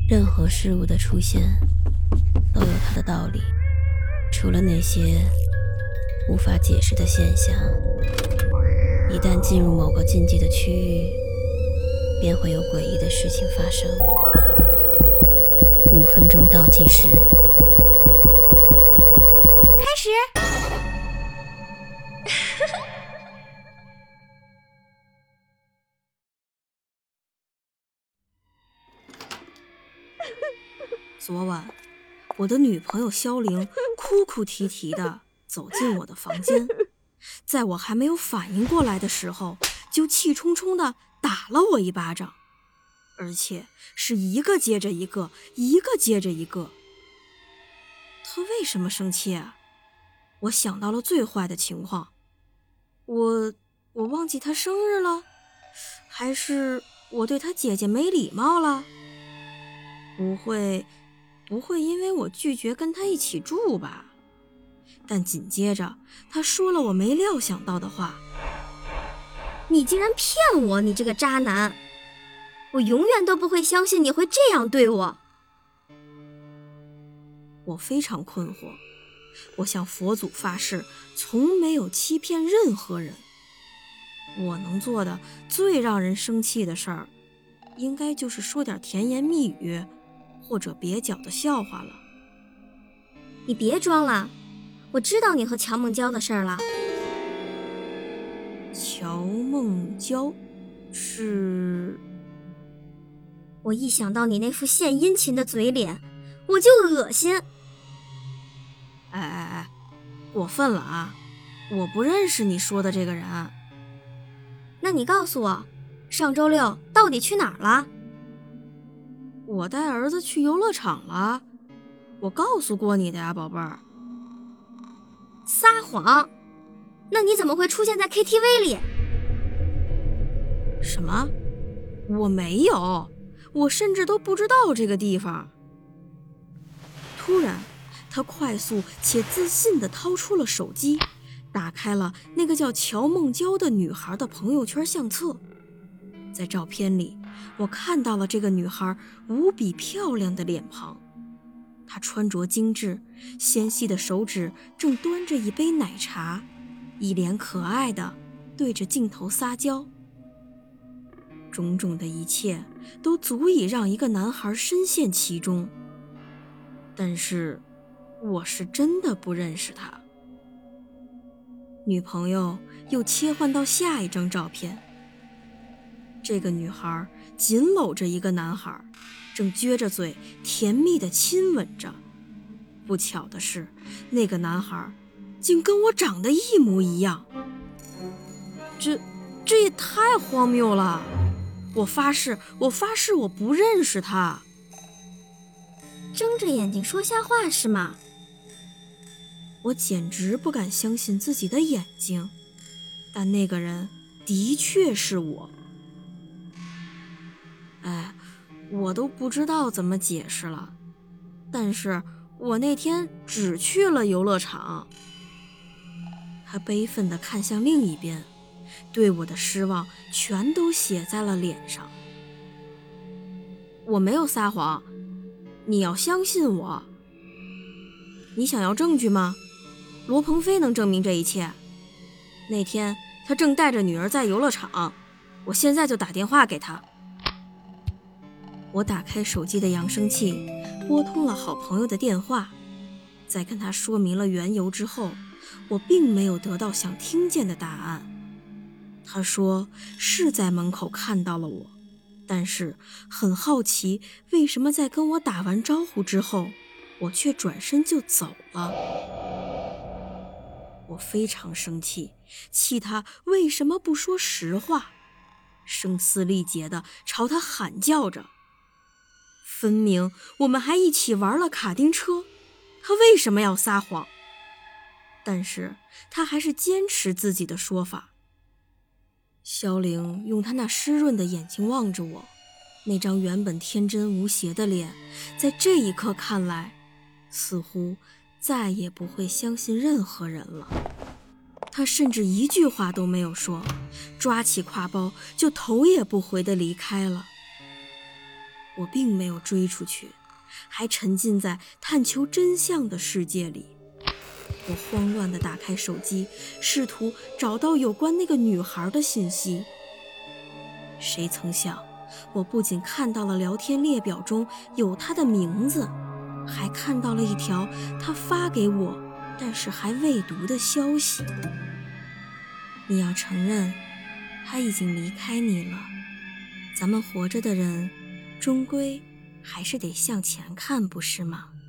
任何事物的出现都有它的道理，除了那些无法解释的现象，一旦进入某个禁忌的区域，便会有诡异的事情发生。5分钟倒计时， 开始。 昨晚，我的女朋友肖玲哭哭啼啼地走进我的房间，在我还没有反应过来的时候，就气冲冲地打了我一巴掌，而且是一个接着一个，一个接着一个。她为什么生气啊？我想到了最坏的情况，我忘记她生日了，还是我对她姐姐没礼貌了？不会因为我拒绝跟他一起住吧？但紧接着他说了我没料想到的话： 你竟然骗我，你这个渣男！我永远都不会相信你会这样对我。 我非常困惑，我向佛祖发誓，从没有欺骗任何人。我能做的最让人生气的事儿，应该就是说点甜言蜜语或者蹩脚的笑话了。 你别装了，我知道你和乔梦娇的事儿了。 乔梦娇是？ 我一想到你那副献殷勤的嘴脸，我就恶心。 哎，过分了啊！我不认识你说的这个人。 那你告诉我，上周六到底去哪儿了？ 我带儿子去游乐场了，我告诉过你的呀，宝贝儿。 撒谎！那你怎么会出现在 KTV 里？ 什么？我没有，我甚至都不知道这个地方。突然，他快速且自信地掏出了手机，打开了那个叫乔梦娇的女孩的朋友圈相册。在照片里，我看到了这个女孩无比漂亮的脸庞，她穿着精致，纤细的手指正端着一杯奶茶，一脸可爱的对着镜头撒娇。种种的一切都足以让一个男孩深陷其中，但是我是真的不认识他。女朋友又切换到下一张照片，这个女孩紧搂着一个男孩，正撅着嘴甜蜜地亲吻着。不巧的是，那个男孩竟跟我长得一模一样。这也太荒谬了！我发誓我不认识他。 睁着眼睛说瞎话是吗？ 我简直不敢相信自己的眼睛，但那个人的确是我。哎，我都不知道怎么解释了，但是我那天只去了游乐场。他悲愤地看向另一边，对我的失望全都写在了脸上。我没有撒谎，你要相信我。你想要证据吗？罗鹏飞能证明这一切。那天他正带着女儿在游乐场，我现在就打电话给他。我打开手机的扬声器，拨通了好朋友的电话，在跟他说明了缘由之后，我并没有得到想听见的答案。他说是在门口看到了我，但是很好奇为什么在跟我打完招呼之后，我却转身就走了。我非常生气，气他为什么不说实话，声嘶力竭地朝他喊叫着。分明我们还一起玩了卡丁车，他为什么要撒谎？但是他还是坚持自己的说法。肖玲用她那湿润的眼睛望着我，那张原本天真无邪的脸，在这一刻看来，似乎再也不会相信任何人了。她甚至一句话都没有说，抓起挎包就头也不回地离开了。 我并没有追出去，还沉浸在探求真相的世界里。我慌乱地打开手机，试图找到有关那个女孩的信息。谁曾想，我不仅看到了聊天列表中有她的名字，还看到了一条她发给我但是还未读的消息。你要承认，她已经离开你了。咱们活着的人，终归还是得向前看，不是吗？